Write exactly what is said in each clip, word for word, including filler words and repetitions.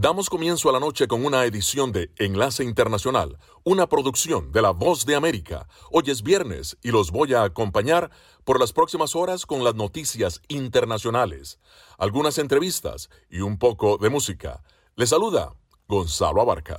Damos comienzo a la noche con una edición de Enlace Internacional, una producción de La Voz de América. Hoy es viernes y los voy a acompañar por las próximas horas con las noticias internacionales, algunas entrevistas y un poco de música. Les saluda Gonzalo Abarca.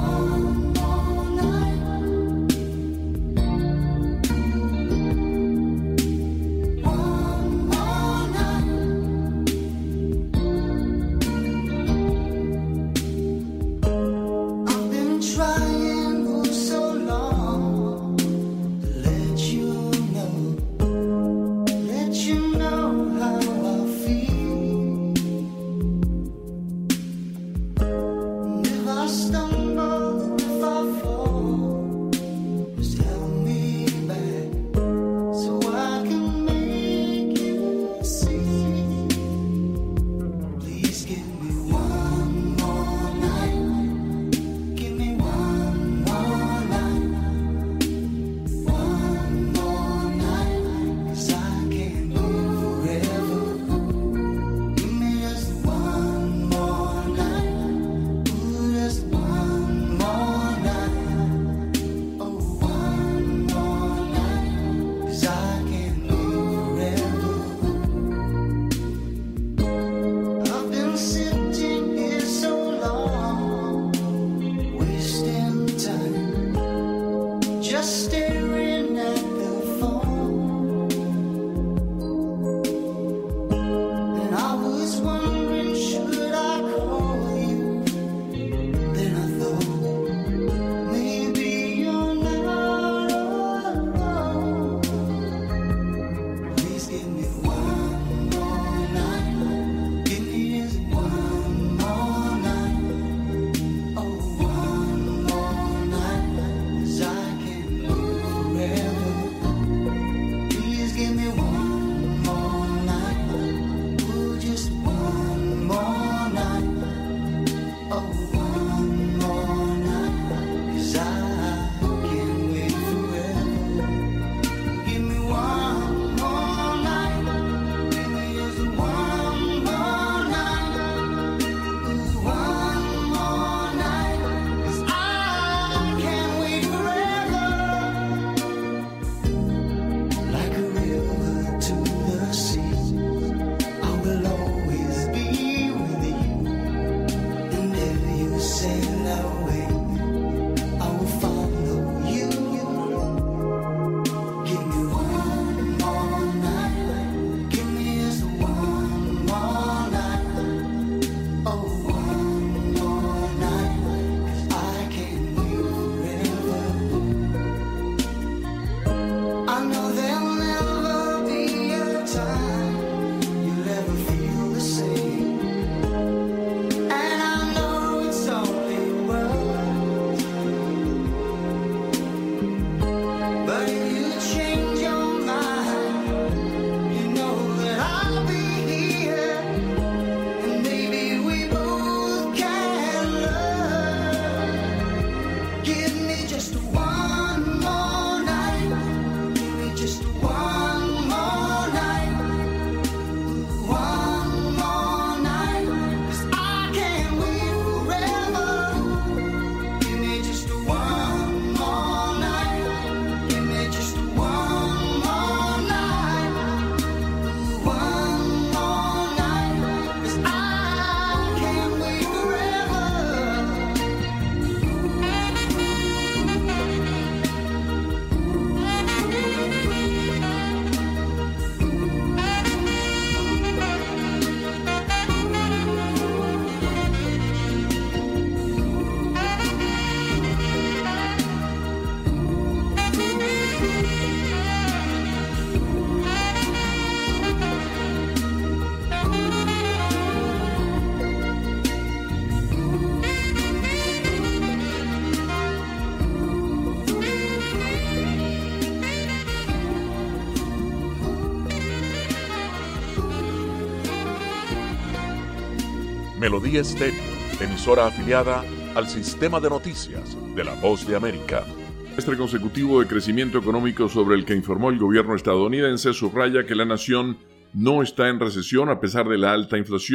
Melodía Estéreo, emisora afiliada al sistema de noticias de La Voz de América. Este consecutivo de crecimiento económico sobre el que informó el gobierno estadounidense subraya que la nación no está en recesión a pesar de la alta inflación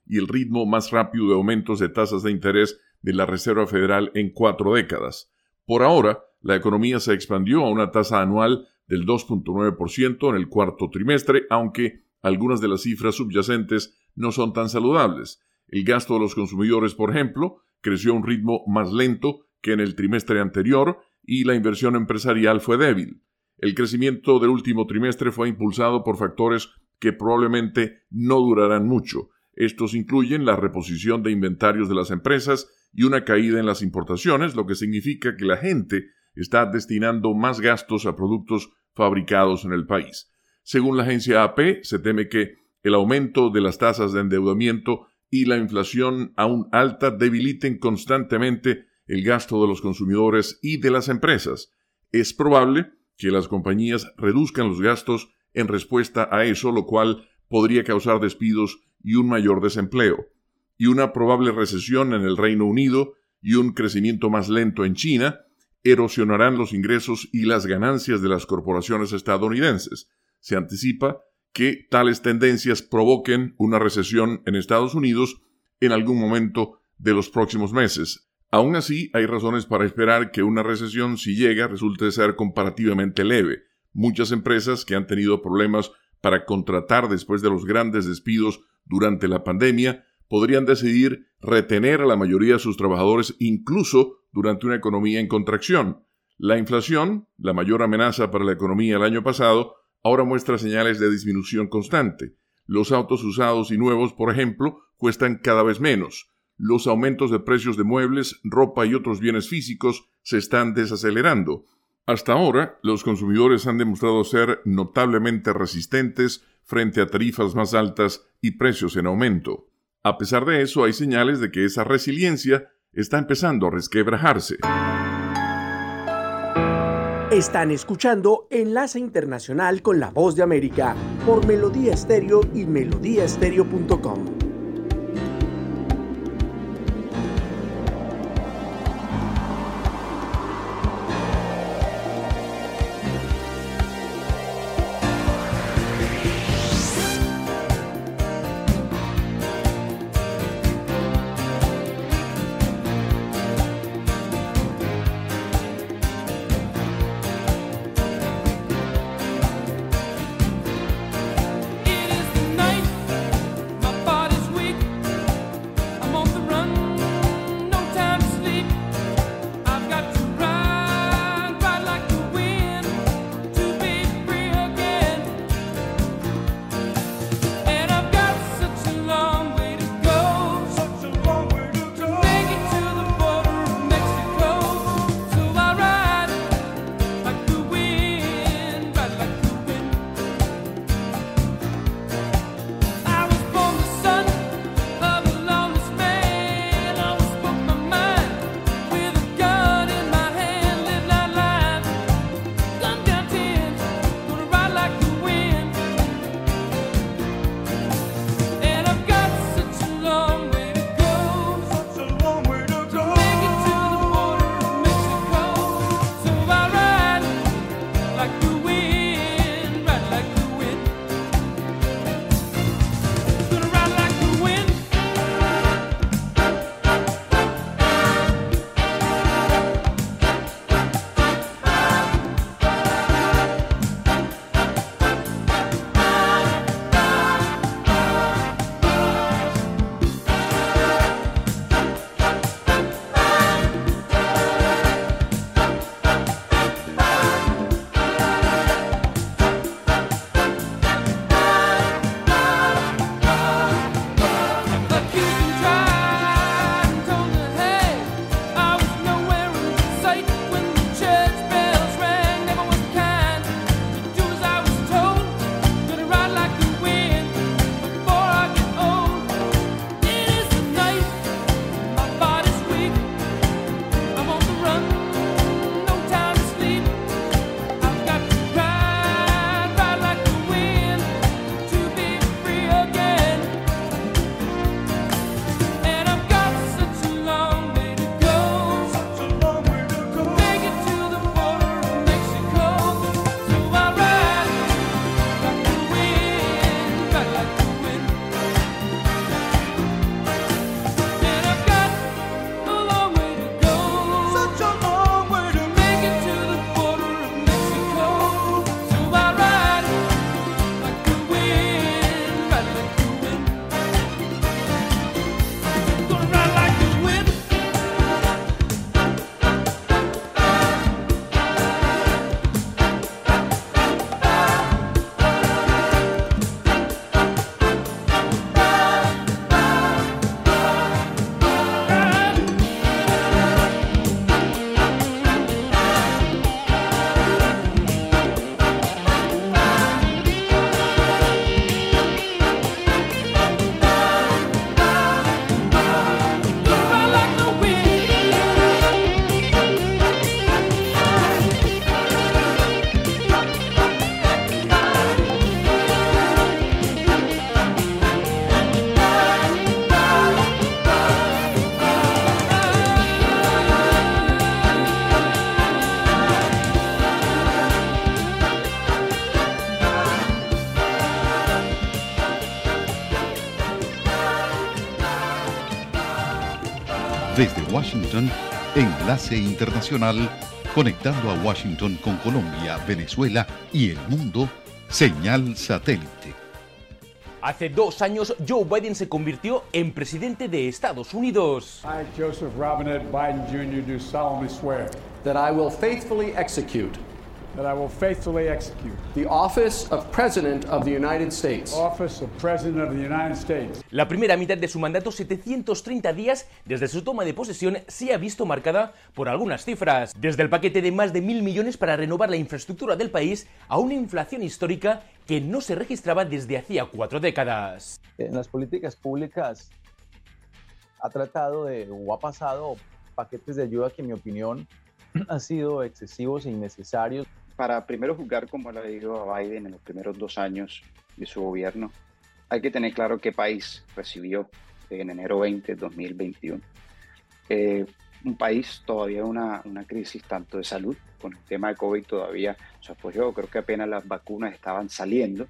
y el ritmo más rápido de aumentos de tasas de interés de la Reserva Federal en cuatro décadas. Por ahora, la economía se expandió a una tasa anual del dos punto nueve por ciento en el cuarto trimestre, aunque algunas de las cifras subyacentes no son tan saludables. El gasto de los consumidores, por ejemplo, creció a un ritmo más lento que en el trimestre anterior y la inversión empresarial fue débil. El crecimiento del último trimestre fue impulsado por factores que probablemente no durarán mucho. Estos incluyen la reposición de inventarios de las empresas y una caída en las importaciones, lo que significa que la gente está destinando más gastos a productos fabricados en el país. Según la agencia A P, se teme que el aumento de las tasas de endeudamiento y la inflación aún alta debiliten constantemente el gasto de los consumidores y de las empresas. Es probable que las compañías reduzcan los gastos en respuesta a eso, lo cual podría causar despidos y un mayor desempleo. Y una probable recesión en el Reino Unido y un crecimiento más lento en China erosionarán los ingresos y las ganancias de las corporaciones estadounidenses. Se anticipa que tales tendencias provoquen una recesión en Estados Unidos en algún momento de los próximos meses. Aún así, hay razones para esperar que una recesión, si llega, resulte ser comparativamente leve. Muchas empresas que han tenido problemas para contratar después de los grandes despidos durante la pandemia podrían decidir retener a la mayoría de sus trabajadores incluso durante una economía en contracción. La inflación, la mayor amenaza para la economía el año pasado, ahora muestra señales de disminución constante. Los autos usados y nuevos, por ejemplo, cuestan cada vez menos. Los aumentos de precios de muebles, ropa y otros bienes físicos se están desacelerando. Hasta ahora, los consumidores han demostrado ser notablemente resistentes frente a tarifas más altas y precios en aumento. A pesar de eso, hay señales de que esa resiliencia está empezando a resquebrajarse. Están escuchando Enlace Internacional con la Voz de América por Melodía Estéreo y melodía estéreo punto com. It is the night my body Desde Washington, Enlace Internacional, conectando a Washington con Colombia, Venezuela y el mundo, señal satélite. Hace dos años, Joe Biden se convirtió en presidente de Estados Unidos. I, Joseph Robinette Biden Junior do solemnly swear that I will faithfully execute that I will faithfully execute the office of President of the United States. Office of President of the United States. La primera mitad de su mandato, setecientos treinta días desde su toma de posesión, se ha visto marcada por algunas cifras. Desde el paquete de más de mil millones para renovar la infraestructura del país a una inflación histórica que no se registraba desde hacía cuatro décadas. En las políticas públicas ha tratado de, o ha pasado paquetes de ayuda que en mi opinión han sido excesivos e innecesarios. Para primero juzgar cómo le ha ido a Biden en los primeros dos años de su gobierno, hay que tener claro qué país recibió en enero veinte de dos mil veintiuno. Eh, un país todavía una, una crisis tanto de salud, con el tema de COVID todavía se apoyó, creo que apenas las vacunas estaban saliendo.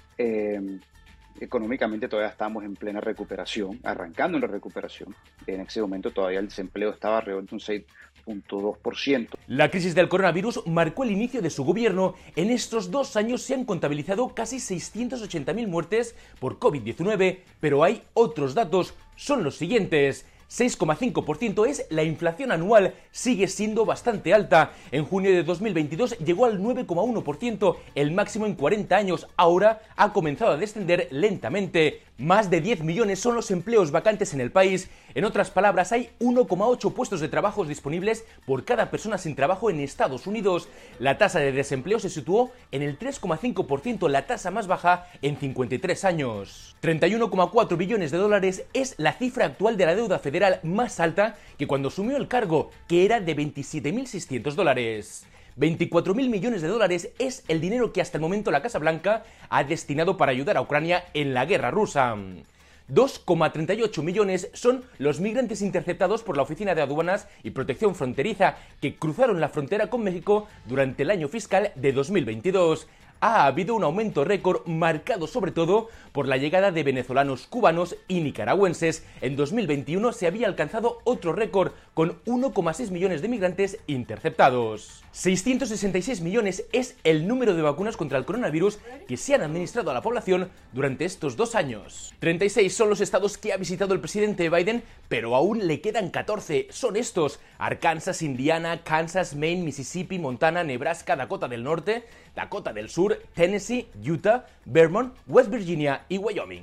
Eh, económicamente todavía estábamos en plena recuperación, arrancando en la recuperación. En ese momento todavía el desempleo estaba alrededor de un seis punto dos por ciento. La crisis del coronavirus marcó el inicio de su gobierno. En estos dos años se han contabilizado casi seiscientas ochenta mil muertes por COVID diecinueve, pero hay otros datos, son los siguientes. seis coma cinco por ciento es la inflación anual, sigue siendo bastante alta. En junio de dos mil veintidós llegó al nueve coma uno por ciento, el máximo en cuarenta años. Ahora ha comenzado a descender lentamente. Más de diez millones son los empleos vacantes en el país. En otras palabras, hay uno coma ocho puestos de trabajo disponibles por cada persona sin trabajo en Estados Unidos. La tasa de desempleo se situó en el tres coma cinco por ciento, la tasa más baja en cincuenta y tres años. treinta y uno coma cuatro billones de dólares es la cifra actual de la deuda federal, más alta que cuando asumió el cargo, que era de veintisiete mil seiscientos dólares. veinticuatro mil millones de dólares es el dinero que hasta el momento la Casa Blanca ha destinado para ayudar a Ucrania en la guerra rusa. dos coma treinta y ocho millones son los migrantes interceptados por la Oficina de Aduanas y Protección Fronteriza que cruzaron la frontera con México durante el año fiscal de dos mil veintidós. Ha habido un aumento récord marcado sobre todo por la llegada de venezolanos, cubanos y nicaragüenses. En dos mil veintiuno se había alcanzado otro récord con uno coma seis millones de migrantes interceptados. seiscientos sesenta y seis millones es el número de vacunas contra el coronavirus que se han administrado a la población durante estos dos años. treinta y seis son los estados que ha visitado el presidente Biden, pero aún le quedan catorce. Son estos: Arkansas, Indiana, Kansas, Maine, Mississippi, Montana, Nebraska, Dakota del Norte, Dakota del Sur, Tennessee, Utah, Vermont, West Virginia y Wyoming.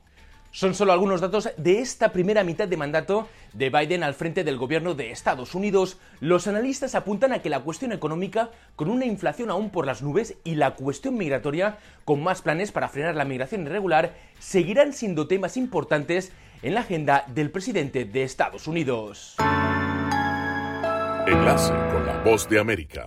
Son solo algunos datos de esta primera mitad de mandato de Biden al frente del gobierno de Estados Unidos. Los analistas apuntan a que la cuestión económica, con una inflación aún por las nubes, y la cuestión migratoria, con más planes para frenar la migración irregular, seguirán siendo temas importantes en la agenda del presidente de Estados Unidos. Enlace con la Voz de América.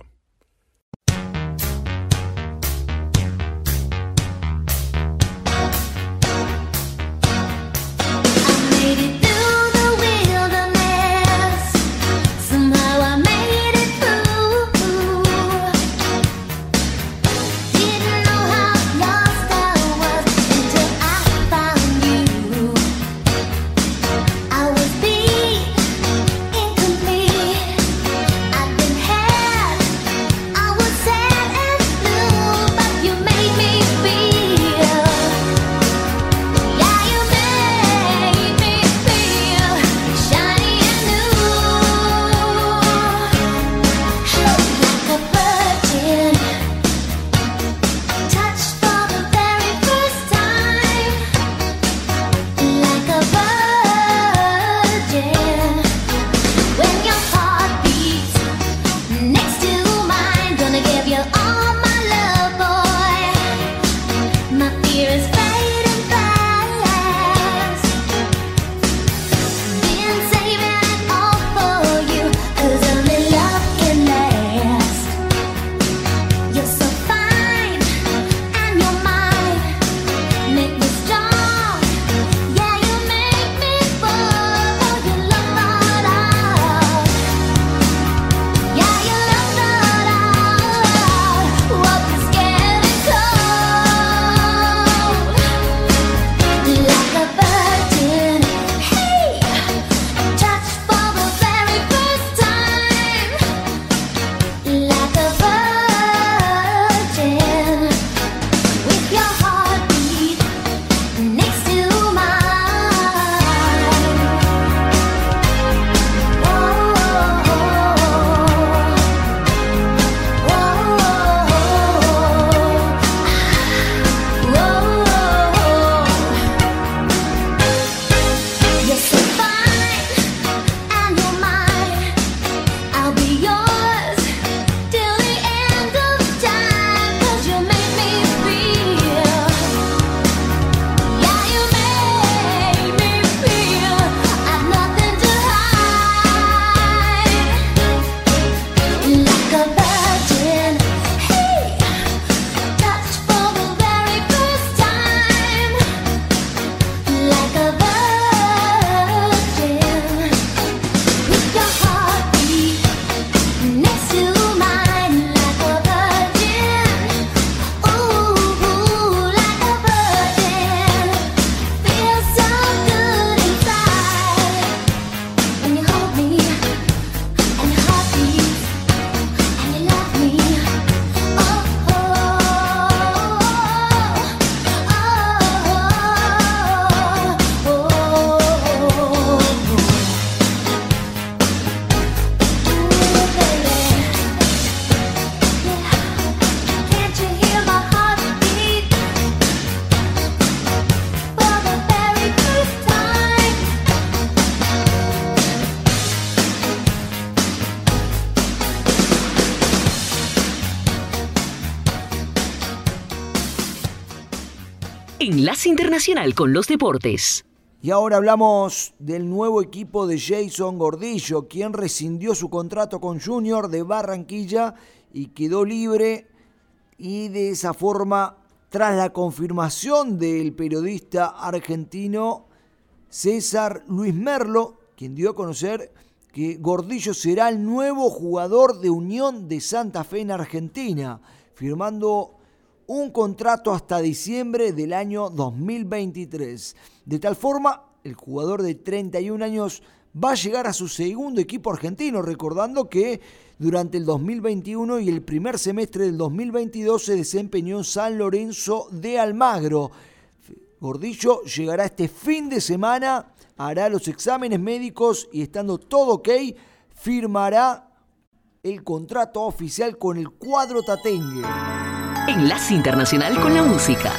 Enlace Internacional con los deportes. Y ahora hablamos del nuevo equipo de Jason Gordillo, quien rescindió su contrato con Junior de Barranquilla y quedó libre, y de esa forma, tras la confirmación del periodista argentino César Luis Merlo, quien dio a conocer que Gordillo será el nuevo jugador de Unión de Santa Fe en Argentina, firmando un contrato hasta diciembre del año dos mil veintitrés. De tal forma, el jugador de treinta y un años va a llegar a su segundo equipo argentino, recordando que durante el dos mil veintiuno y el primer semestre del dos mil veintidós se desempeñó en San Lorenzo de Almagro. Gordillo llegará este fin de semana, hará los exámenes médicos y, estando todo ok, firmará el contrato oficial con el cuadro tatengue. Enlace Internacional con la música.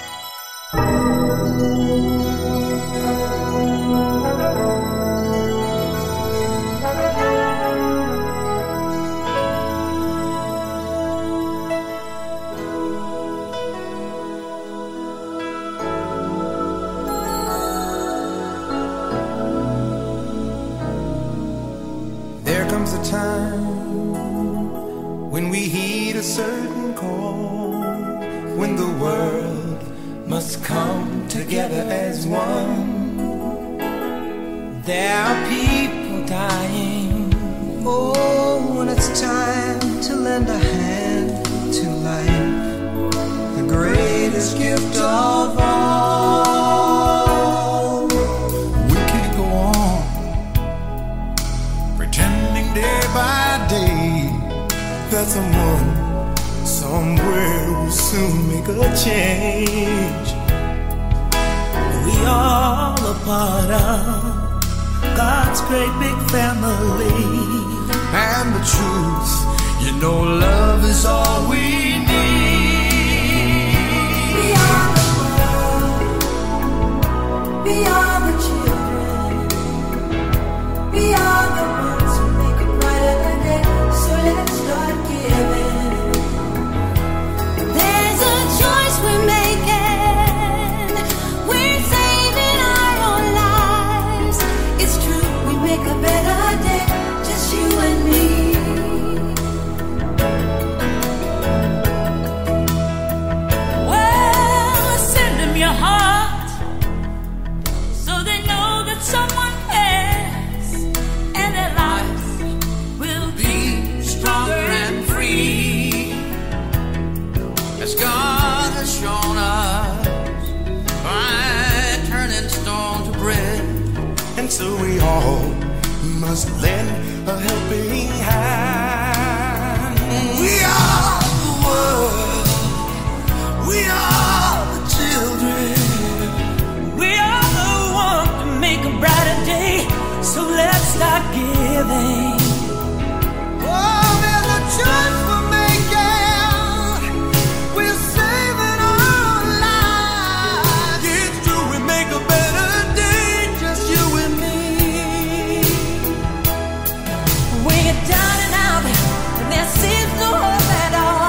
There comes a time when we heed a certain call, when the world must come together as one. There are people dying. Oh, when it's time to lend a hand to life, the greatest gift of all. We can't go on pretending day by day that someone somewhere will soon make a change. We all a part of God's great big family. And the truth, you know, love is all we need. Beyond the world, beyond the children, beyond the ones who make it brighter day. So let's start giving. There's a choice we're making. We're saving our own lives. It's true, we make a better day, just you and me. Well, send them your heart so they know that someone cares, and their lives will be stronger and free, as God has shown us by turning stone to bread. And so we all must lend a helping hand. We are the world, we are the children, we are the one to make a brighter day. So let's start giving. Oh, there's a choice we're making. We're saving our lives. It's true, we make a better day, just you and me. When you're down and out, and there seems no hope at all,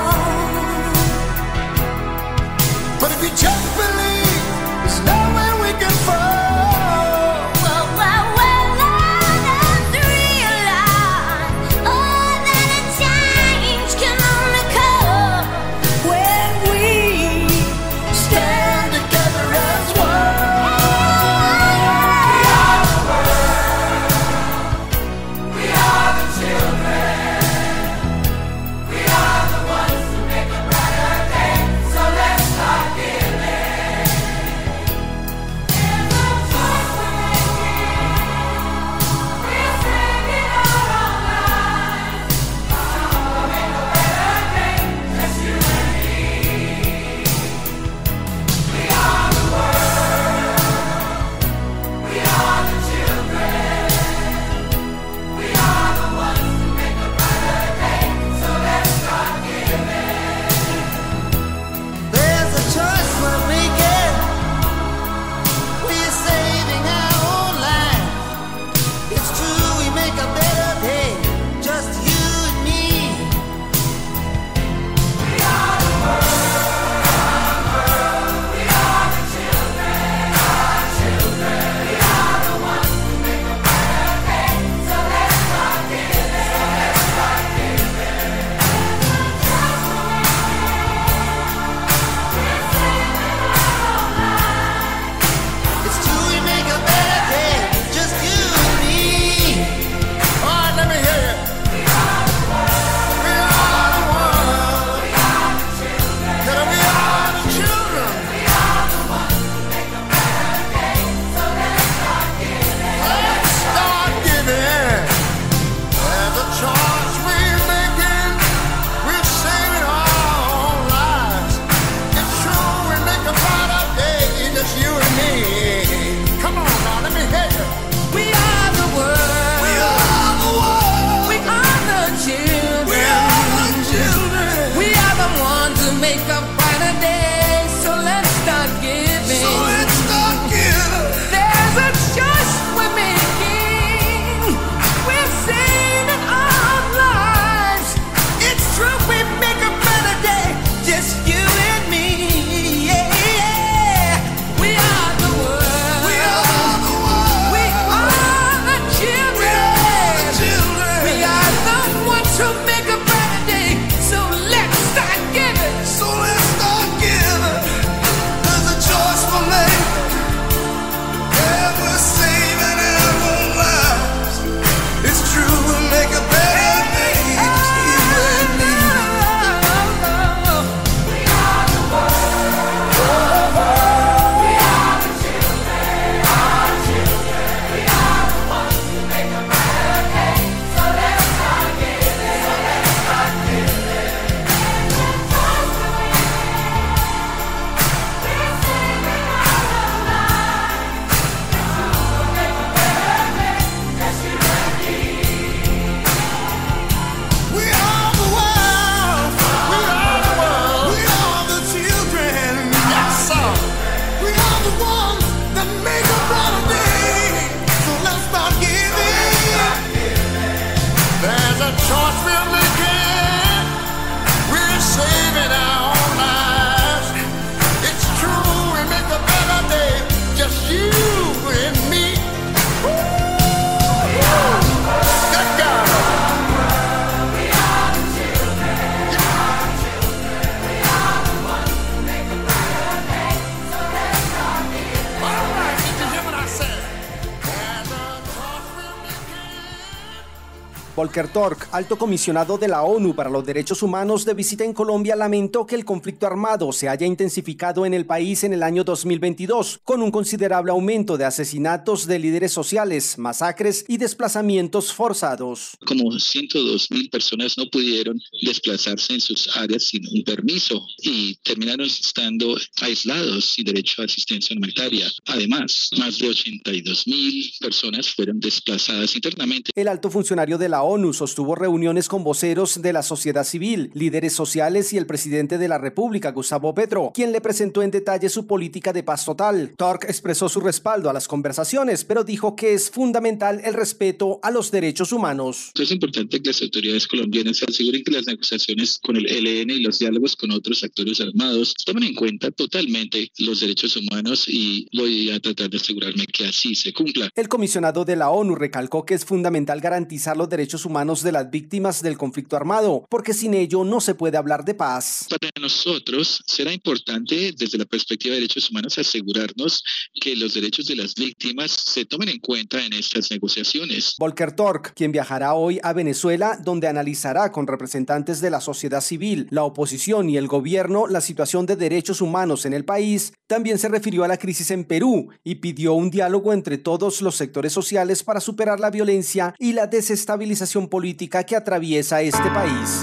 Volker Turk, alto comisionado de la ONU para los Derechos Humanos de visita en Colombia, lamentó que el conflicto armado se haya intensificado en el país en el año dos mil veintidós, con un considerable aumento de asesinatos de líderes sociales, masacres y desplazamientos forzados. Como ciento dos mil personas no pudieron desplazarse en sus áreas sin un permiso y terminaron estando aislados sin derecho a asistencia humanitaria. Además, más de ochenta y dos mil personas fueron desplazadas internamente. El alto funcionario de la ONU sostuvo reuniones con voceros de la sociedad civil, líderes sociales y el presidente de la República, Gustavo Petro, quien le presentó en detalle su política de paz total. Turk expresó su respaldo a las conversaciones, pero dijo que es fundamental el respeto a los derechos humanos. Es importante que las autoridades colombianas se aseguren que las negociaciones con el E L N y los diálogos con otros actores armados tomen en cuenta totalmente los derechos humanos y voy a tratar de asegurarme que así se cumpla. El comisionado de la ONU recalcó que es fundamental garantizar los derechos humanos de las víctimas del conflicto armado, porque sin ello no se puede hablar de paz. Para nosotros será importante desde la perspectiva de derechos humanos asegurarnos que los derechos de las víctimas se tomen en cuenta en estas negociaciones. Volker Turk, quien viajará hoy a Venezuela, donde analizará con representantes de la sociedad civil, la oposición y el gobierno la situación de derechos humanos en el país, también se refirió a la crisis en Perú y pidió un diálogo entre todos los sectores sociales para superar la violencia y la desestabilización política que atraviesa este país.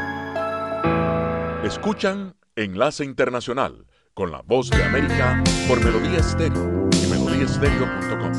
Escuchan Enlace Internacional con la Voz de América por Melodía Estéreo y melodía estéreo punto com.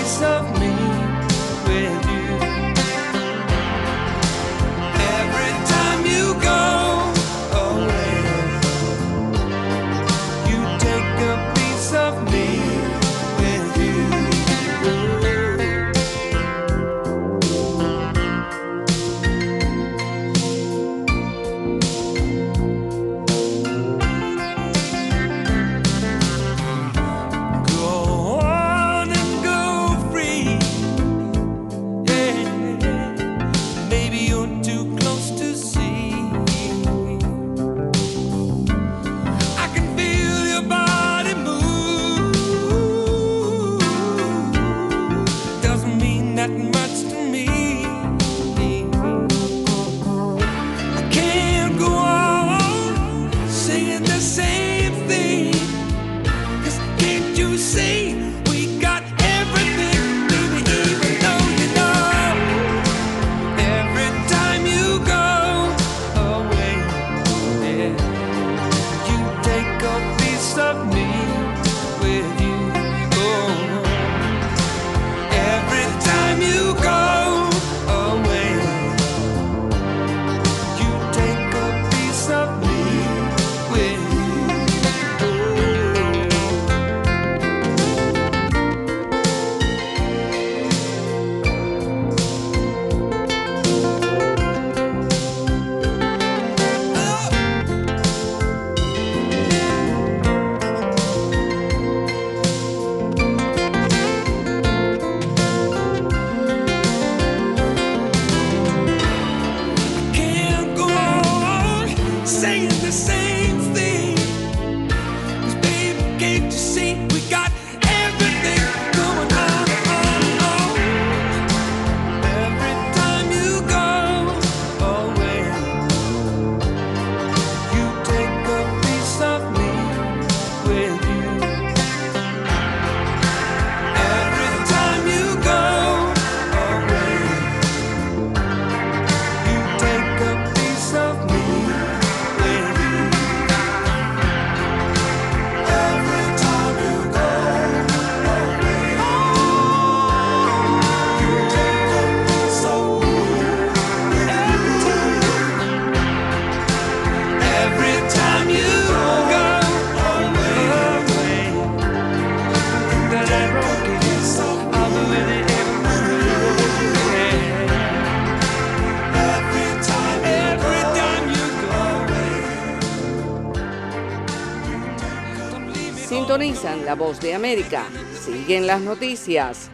Every time Sintonizan La Voz de América. Siguen las noticias.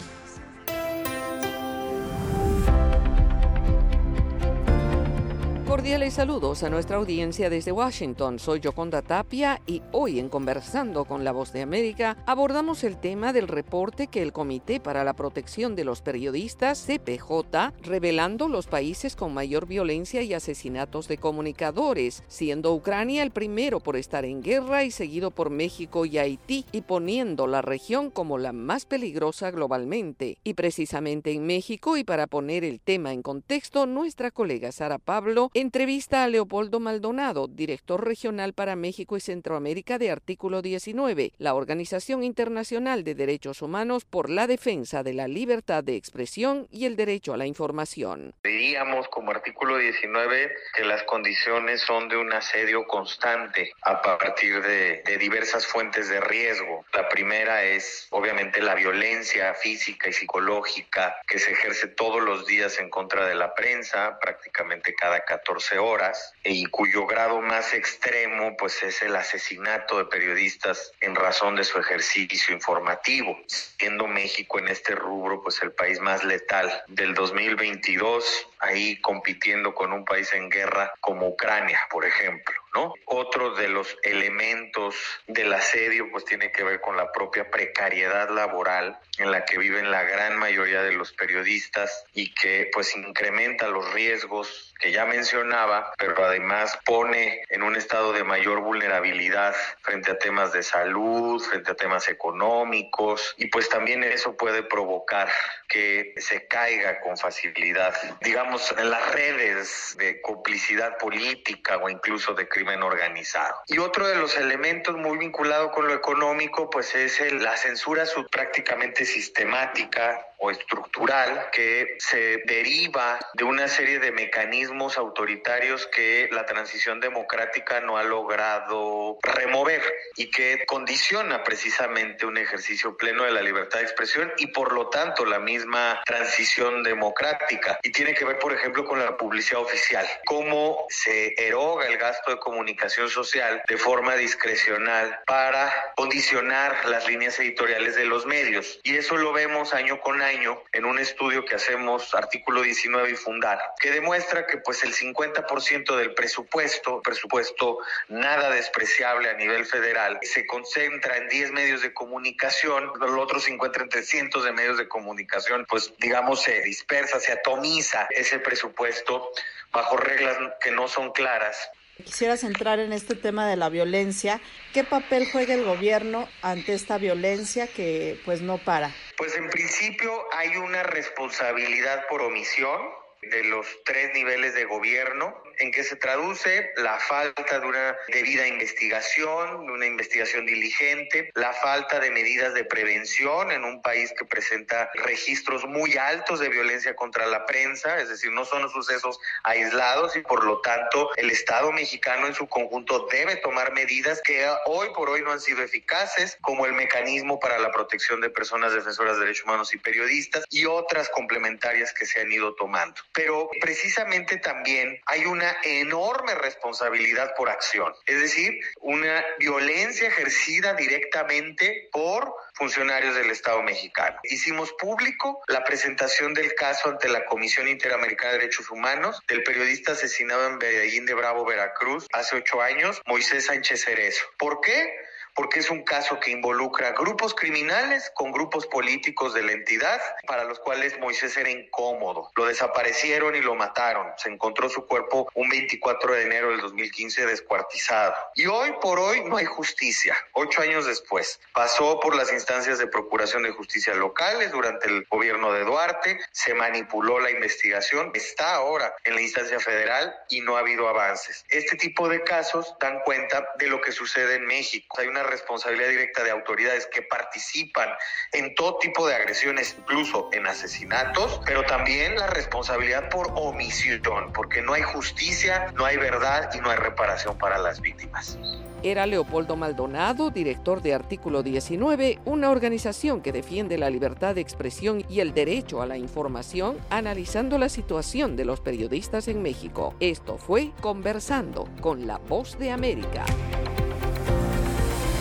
Cordiales saludos a nuestra audiencia desde Washington. Soy Yoconda Tapia y hoy en Conversando con La Voz de América abordamos el tema del reporte que el Comité para la Protección de los Periodistas, C P J, revelando los países con mayor violencia y asesinatos de comunicadores, siendo Ucrania el primero por estar en guerra y seguido por México y Haití, y poniendo la región como la más peligrosa globalmente. Y precisamente en México, y para poner el tema en contexto, nuestra colega Sara Pablo entrevista a Leopoldo Maldonado, director regional para México y Centroamérica de Artículo diecinueve, la Organización Internacional de Derechos Humanos por la defensa de la libertad de expresión y el derecho a la información. Diríamos como Artículo diecinueve que las condiciones son de un asedio constante a partir de, de diversas fuentes de riesgo. La primera es obviamente la violencia física y psicológica que se ejerce todos los días en contra de la prensa, prácticamente cada catorce horas, y cuyo grado más extremo pues es el asesinato de periodistas en razón de su ejercicio informativo, siendo México en este rubro pues el país más letal del dos mil veintidós, ahí compitiendo con un país en guerra como Ucrania, por ejemplo, ¿no? Otro de los elementos del asedio pues tiene que ver con la propia precariedad laboral en la que viven la gran mayoría de los periodistas y que pues incrementa los riesgos que ya mencionaba, pero además pone en un estado de mayor vulnerabilidad frente a temas de salud, frente a temas económicos, y pues también eso puede provocar que se caiga con facilidad, digamos, en las redes de complicidad política o incluso de crimen organizado. Y otro de los elementos muy vinculado con lo económico, pues es el, la censura sub, prácticamente sistemática o estructural que se deriva de una serie de mecanismos autoritarios que la transición democrática no ha logrado remover y que condiciona precisamente un ejercicio pleno de la libertad de expresión y por lo tanto la misma transición democrática. Y tiene que ver, por ejemplo, con la publicidad oficial, cómo se eroga el gasto de comunicación social de forma discrecional para condicionar las líneas editoriales de los medios. Y eso lo vemos año con año en un estudio que hacemos, Artículo diecinueve y Fundar, que demuestra que pues el cincuenta por ciento del presupuesto, presupuesto nada despreciable a nivel federal, se concentra en diez medios de comunicación, los otros se encuentran entre cientos de medios de comunicación, pues digamos se dispersa, se atomiza ese presupuesto bajo reglas que no son claras. Quisiera centrar en este tema de la violencia. ¿Qué papel juega el gobierno ante esta violencia que pues no para? Pues en principio hay una responsabilidad por omisión de los tres niveles de gobierno, en que se traduce la falta de una debida investigación, de una investigación diligente, la falta de medidas de prevención en un país que presenta registros muy altos de violencia contra la prensa, es decir, no son sucesos aislados y por lo tanto el Estado mexicano en su conjunto debe tomar medidas que hoy por hoy no han sido eficaces, como el mecanismo para la protección de personas defensoras de derechos humanos y periodistas y otras complementarias que se han ido tomando. Pero precisamente también hay una enorme responsabilidad por acción, es decir, una violencia ejercida directamente por funcionarios del Estado mexicano. Hicimos público la presentación del caso ante la Comisión Interamericana de Derechos Humanos del periodista asesinado en Medellín de Bravo, Veracruz, hace ocho años, Moisés Sánchez Cerezo. ¿Por qué? Porque es un caso que involucra grupos criminales con grupos políticos de la entidad para los cuales Moisés era incómodo. Lo desaparecieron y lo mataron. Se encontró su cuerpo un veinticuatro de enero del dos mil quince descuartizado. Y hoy por hoy no hay justicia. Ocho años después. Pasó por las instancias de procuración de justicia locales durante el gobierno de Duarte. Se manipuló la investigación. Está ahora en la instancia federal y no ha habido avances. Este tipo de casos dan cuenta de lo que sucede en México. Hay una responsabilidad directa de autoridades que participan en todo tipo de agresiones, incluso en asesinatos, pero también la responsabilidad por omisión, porque no hay justicia, no hay verdad y no hay reparación para las víctimas. Era Leopoldo Maldonado, director de Artículo diecinueve, una organización que defiende la libertad de expresión y el derecho a la información, analizando la situación de los periodistas en México. Esto fue Conversando con La Voz de América.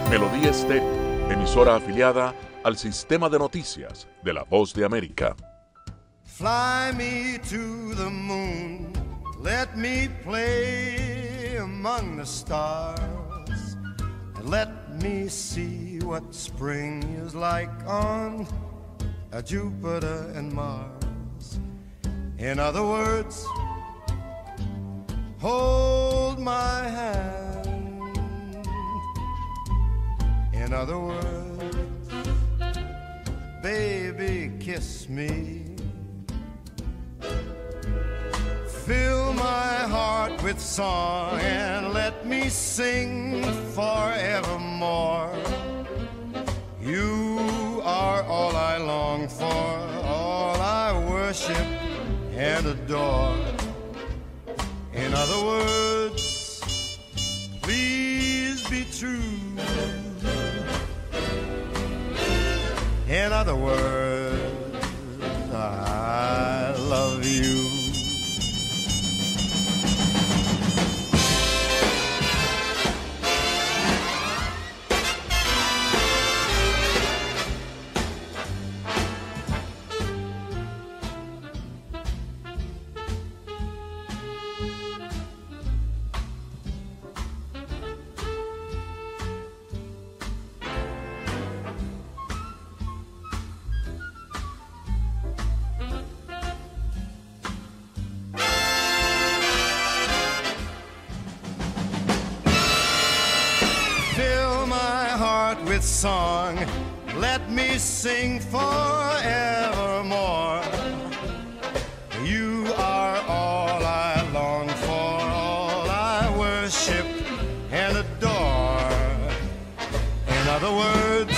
Melodía Estéreo, emisora afiliada al sistema de noticias de La Voz de América. Fly me to the moon, let me play among the stars, and let me see what spring is like on uh, Jupiter and Mars. In other words, hold my hand. In other words, baby, kiss me. Fill my heart with song and let me sing forevermore. You are all I long for, all I worship and adore. In other words, please be true. In other words, I love you. With song, let me sing forevermore. You are all I long for, all I worship and adore. In other words,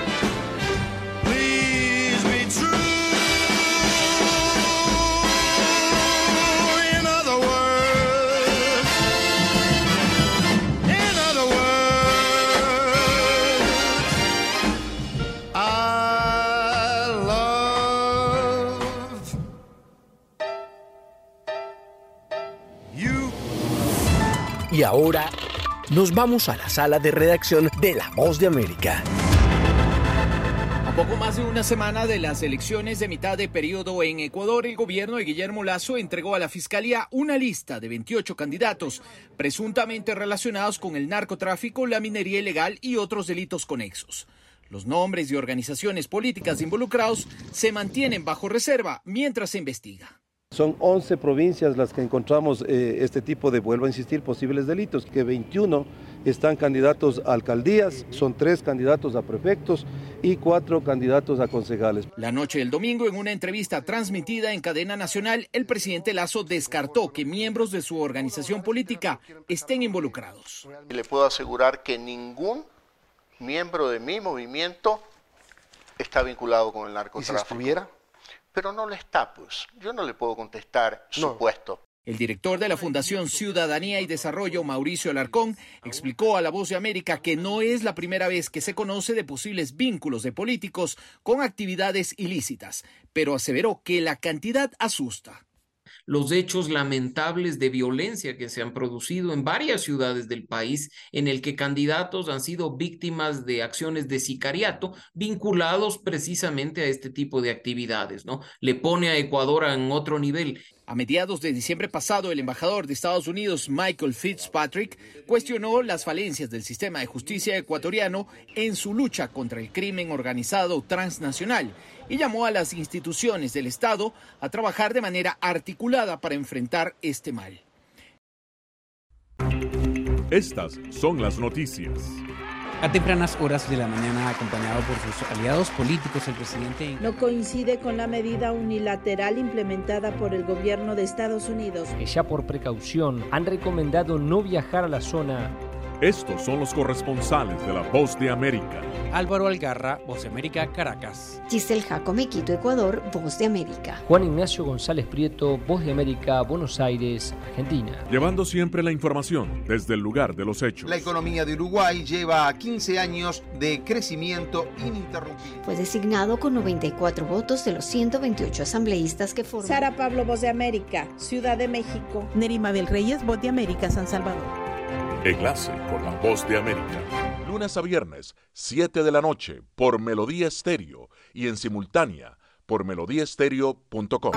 please be true. In other words, in other words, Y ahora nos vamos a la sala de redacción de La Voz de América. A poco más de una semana de las elecciones de mitad de periodo en Ecuador, el gobierno de Guillermo Lasso entregó a la Fiscalía una lista de veintiocho candidatos presuntamente relacionados con el narcotráfico, la minería ilegal y otros delitos conexos. Los nombres y organizaciones políticas involucrados se mantienen bajo reserva mientras se investiga. Son once provincias las que encontramos eh, este tipo de, vuelvo a insistir, posibles delitos, que veintiuno están candidatos a alcaldías, son tres candidatos a prefectos y cuatro candidatos a concejales. La noche del domingo, en una entrevista transmitida en cadena nacional, el presidente Lasso descartó que miembros de su organización política estén involucrados. Le puedo asegurar que ningún miembro de mi movimiento está vinculado con el narcotráfico. ¿Y si estuviera? Pero no lo está, pues. Yo no le puedo contestar no. supuesto. El director de la Fundación Ciudadanía y Desarrollo, Mauricio Alarcón, explicó a La Voz de América que no es la primera vez que se conoce de posibles vínculos de políticos con actividades ilícitas, pero aseveró que la cantidad asusta. Los hechos lamentables de violencia que se han producido en varias ciudades del país, en el que candidatos han sido víctimas de acciones de sicariato vinculados precisamente a este tipo de actividades, ¿no? Le pone a Ecuador en otro nivel. A mediados de diciembre pasado, el embajador de Estados Unidos, Michael Fitzpatrick, cuestionó las falencias del sistema de justicia ecuatoriano en su lucha contra el crimen organizado transnacional y llamó a las instituciones del Estado a trabajar de manera articulada para enfrentar este mal. Estas son las noticias. A tempranas horas de la mañana, acompañado por sus aliados políticos, el presidente... No coincide con la medida unilateral implementada por el gobierno de Estados Unidos. Que ya por precaución han recomendado no viajar a la zona. Estos son los corresponsales de La Voz de América. Álvaro Algarra, Voz de América, Caracas. Giselle Jacome, Quito, Ecuador, Voz de América. Juan Ignacio González Prieto, Voz de América, Buenos Aires, Argentina. Llevando siempre la información desde el lugar de los hechos. La economía de Uruguay lleva quince años de crecimiento ininterrumpido. Fue designado con noventa y cuatro votos de los ciento veintiocho asambleístas que forman. Sara Pablo, Voz de América, Ciudad de México. Nerima Del Reyes, Voz de América, San Salvador. Enlace con La Voz de América. lunes a viernes, siete de la noche, por Melodía Estéreo y en simultánea por melodía estéreo punto com.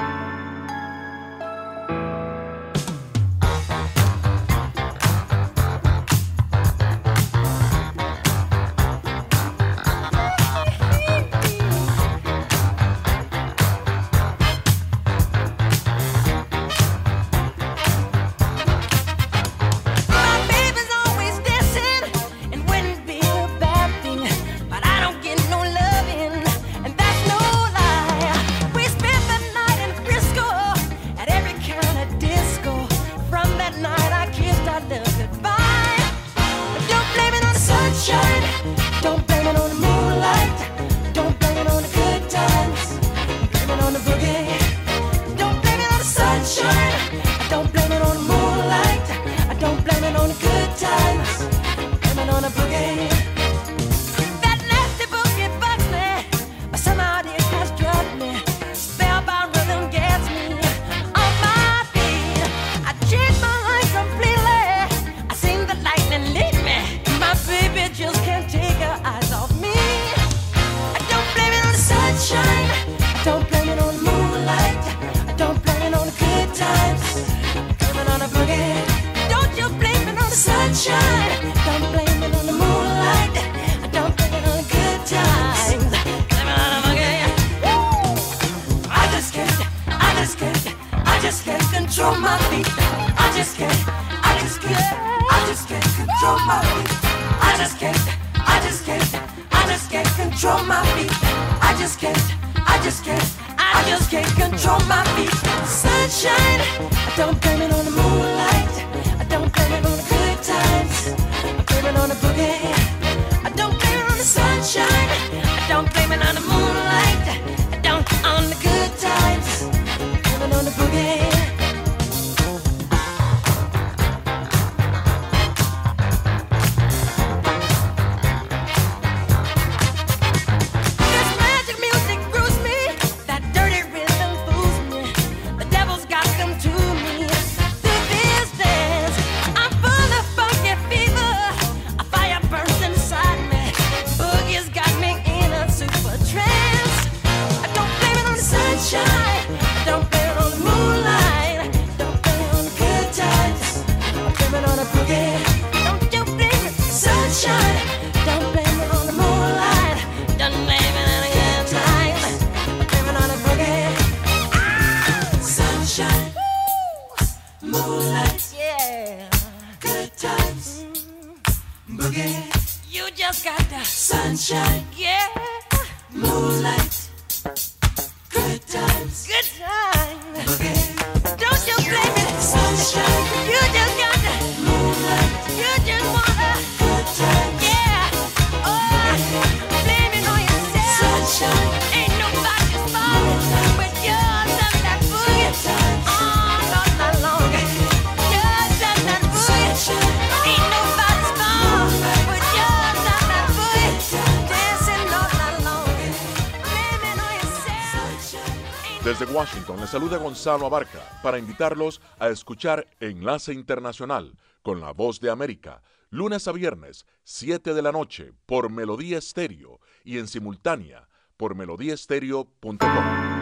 Desde Washington les saluda Gonzalo Abarca para invitarlos a escuchar Enlace Internacional con la Voz de América, lunes a viernes, siete de la noche, por Melodía Estéreo y en simultánea por melodía estéreo punto com.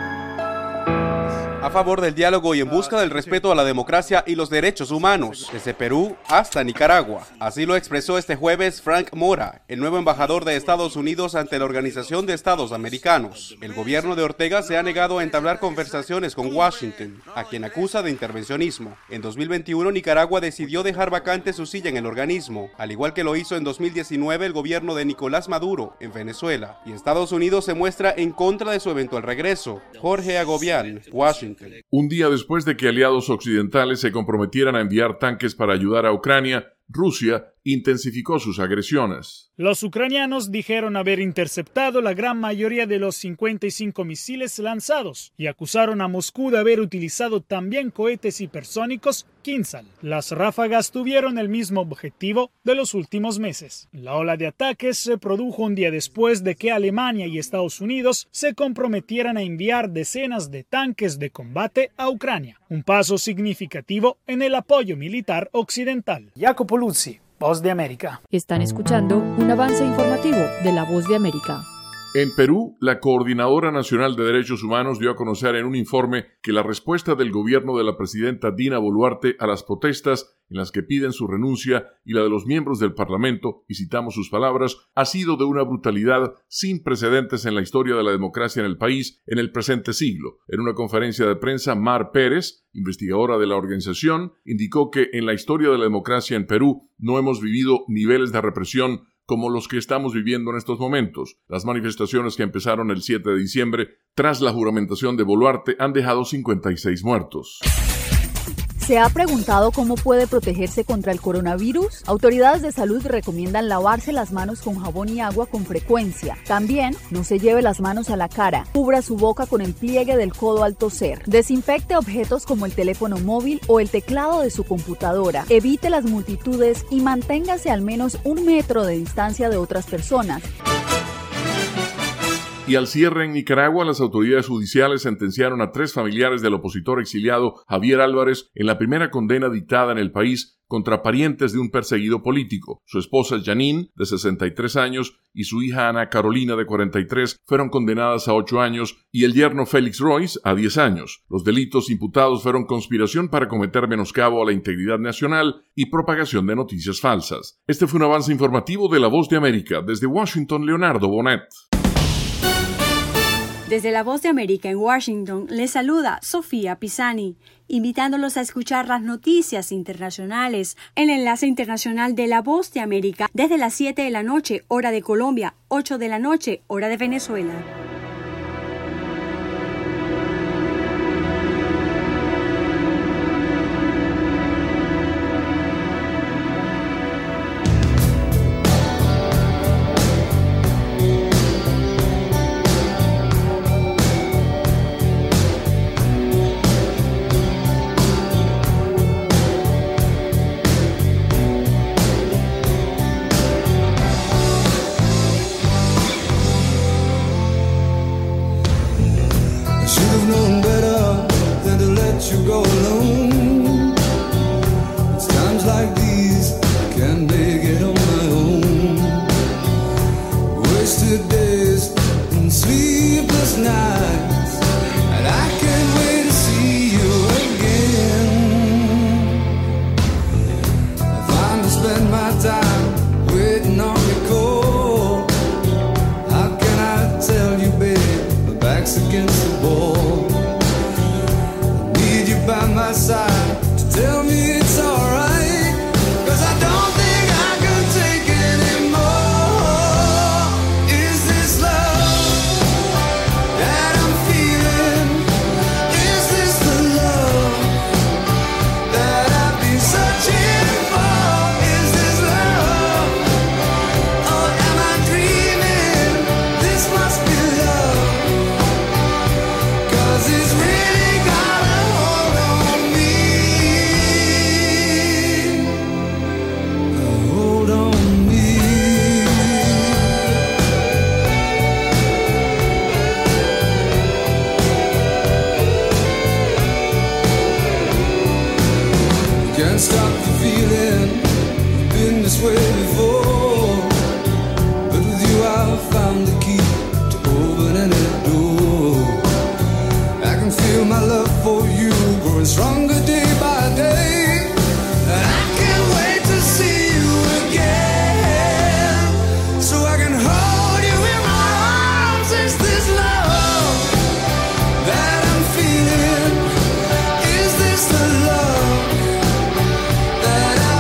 A favor del diálogo y en busca del respeto a la democracia y los derechos humanos, desde Perú hasta Nicaragua. Así lo expresó este jueves Frank Mora, el nuevo embajador de Estados Unidos ante la Organización de Estados Americanos. El gobierno de Ortega se ha negado a entablar conversaciones con Washington, a quien acusa de intervencionismo. En dos mil veintiuno, Nicaragua decidió dejar vacante su silla en el organismo, al igual que lo hizo en dos mil diecinueve el gobierno de Nicolás Maduro en Venezuela. Y Estados Unidos se muestra en contra de su eventual regreso. Jorge Agobián, Washington. Un día después de que aliados occidentales se comprometieran a enviar tanques para ayudar a Ucrania, Rusia intensificó sus agresiones. Los ucranianos dijeron haber interceptado la gran mayoría de los cincuenta y cinco misiles lanzados y acusaron a Moscú de haber utilizado también cohetes hipersónicos Kinzhal. Las ráfagas tuvieron el mismo objetivo de los últimos meses. La ola de ataques se produjo un día después de que Alemania y Estados Unidos se comprometieran a enviar decenas de tanques de combate a Ucrania, un paso significativo en el apoyo militar occidental. Jacopo Luzzi, Voz de América. Están escuchando un avance informativo de La Voz de América. En Perú, la Coordinadora Nacional de Derechos Humanos dio a conocer en un informe que la respuesta del gobierno de la presidenta Dina Boluarte a las protestas en las que piden su renuncia y la de los miembros del Parlamento, y citamos sus palabras, ha sido de una brutalidad sin precedentes en la historia de la democracia en el país en el presente siglo. En una conferencia de prensa, Mar Pérez, investigadora de la organización, indicó que en la historia de la democracia en Perú no hemos vivido niveles de represión como los que estamos viviendo en estos momentos. Las manifestaciones que empezaron el siete de diciembre tras la juramentación de Boluarte han dejado cincuenta y seis muertos. ¿Se ha preguntado cómo puede protegerse contra el coronavirus? Autoridades de salud recomiendan lavarse las manos con jabón y agua con frecuencia. También, no se lleve las manos a la cara. Cubra su boca con el pliegue del codo al toser. Desinfecte objetos como el teléfono móvil o el teclado de su computadora. Evite las multitudes y manténgase al menos un metro de distancia de otras personas. Y al cierre en Nicaragua, las autoridades judiciales sentenciaron a tres familiares del opositor exiliado Javier Álvarez en la primera condena dictada en el país contra parientes de un perseguido político. Su esposa Janine, de sesenta y tres años, y su hija Ana Carolina, de cuarenta y tres, fueron condenadas a ocho años y el yerno Félix Royce a diez años. Los delitos imputados fueron conspiración para cometer menoscabo a la integridad nacional y propagación de noticias falsas. Este fue un avance informativo de La Voz de América. Desde Washington, Leonardo Bonet. Desde La Voz de América en Washington, les saluda Sofía Pisani, invitándolos a escuchar las noticias internacionales, el enlace internacional de La Voz de América desde las siete de la noche, hora de Colombia, ocho de la noche, hora de Venezuela.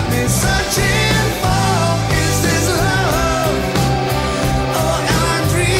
Searching for, is this love? Or am I dreaming?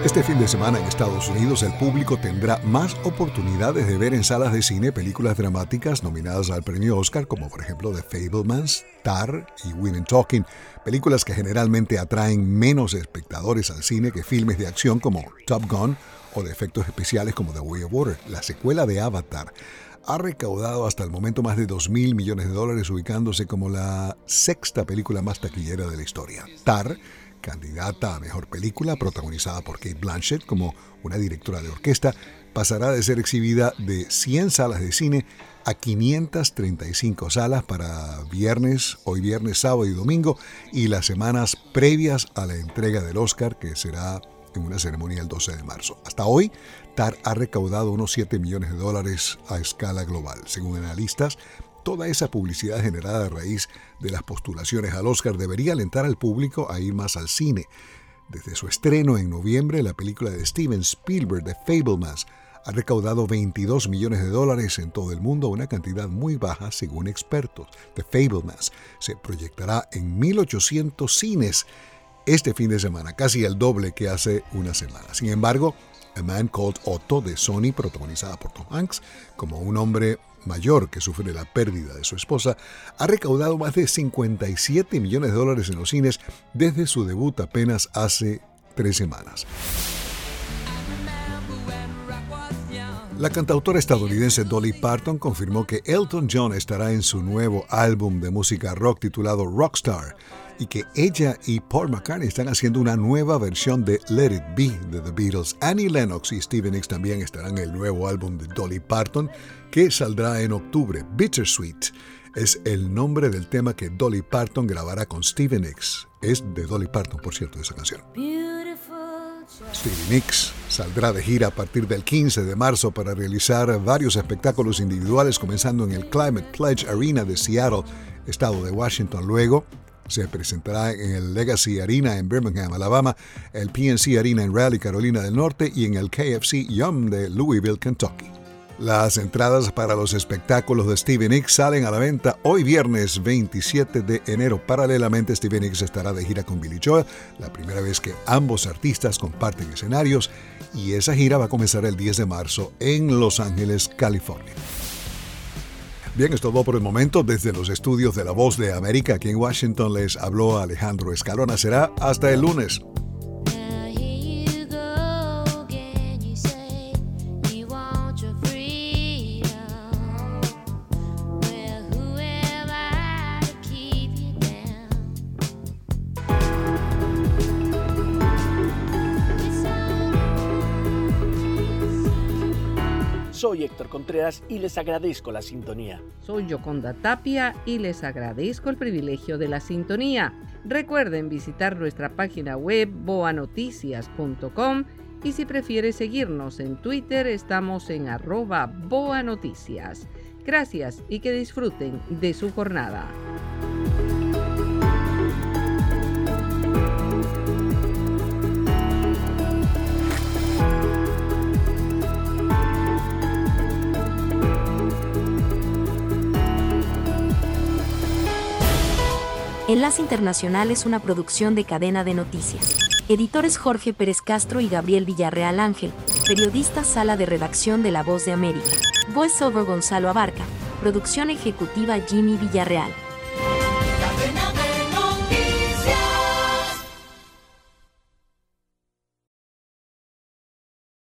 Este fin de semana en Estados Unidos el público tendrá más oportunidades de ver en salas de cine películas dramáticas nominadas al premio Oscar, como por ejemplo The Fabelmans, Tar y Women Talking, películas que generalmente atraen menos espectadores al cine que filmes de acción como Top Gun o de efectos especiales como The Way of Water. La secuela de Avatar ha recaudado hasta el momento más de dos mil millones de dólares, ubicándose como la sexta película más taquillera de la historia. Tar, candidata a Mejor Película, protagonizada por Cate Blanchett como una directora de orquesta, pasará de ser exhibida de cien salas de cine a quinientas treinta y cinco salas para viernes, hoy viernes, sábado y domingo, y las semanas previas a la entrega del Oscar, que será en una ceremonia el doce de marzo. Hasta hoy, Tar ha recaudado unos siete millones de dólares a escala global. Según analistas, toda esa publicidad generada a raíz de las postulaciones al Oscar debería alentar al público a ir más al cine. Desde su estreno en noviembre, la película de Steven Spielberg, The Fabelmans, ha recaudado veintidós millones de dólares en todo el mundo, una cantidad muy baja según expertos. The Fabelmans se proyectará en mil ochocientos cines este fin de semana, casi el doble que hace una semana. Sin embargo, A Man Called Otto de Sony, protagonizada por Tom Hanks, como un hombre mayor que sufre la pérdida de su esposa, ha recaudado más de cincuenta y siete millones de dólares en los cines desde su debut apenas hace tres semanas. La cantautora estadounidense Dolly Parton confirmó que Elton John estará en su nuevo álbum de música rock titulado Rockstar y que ella y Paul McCartney están haciendo una nueva versión de Let It Be de The Beatles. Annie Lennox y Stevie Nicks también estarán en el nuevo álbum de Dolly Parton, que saldrá en octubre. Bittersweet es el nombre del tema que Dolly Parton grabará con Stevie Nicks. Es de Dolly Parton, por cierto, esa canción. Stevie Nicks saldrá de gira a partir del quince de marzo para realizar varios espectáculos individuales, comenzando en el Climate Pledge Arena de Seattle, estado de Washington. Luego se presentará en el Legacy Arena en Birmingham, Alabama, el P N C Arena en Raleigh, Carolina del Norte, y en el K F C Yum de Louisville, Kentucky. Las entradas para los espectáculos de Stevie Nicks salen a la venta hoy viernes veintisiete de enero. Paralelamente, Stevie Nicks estará de gira con Billy Joel, la primera vez que ambos artistas comparten escenarios, y esa gira va a comenzar el diez de marzo en Los Ángeles, California. Bien, es todo por el momento. Desde los estudios de La Voz de América, aquí en Washington, les habló Alejandro Escalona. Será hasta el lunes. Soy Héctor Contreras y les agradezco la sintonía. Soy Yoconda Tapia y les agradezco el privilegio de la sintonía. Recuerden visitar nuestra página web boa noticias punto com y si prefiere seguirnos en Twitter estamos en arroba boanoticias. Gracias y que disfruten de su jornada. Enlace Internacional es una producción de Cadena de Noticias. Editores Jorge Pérez Castro y Gabriel Villarreal Ángel. Periodista Sala de Redacción de La Voz de América. Voiceover Gonzalo Abarca. Producción ejecutiva Jimmy Villarreal.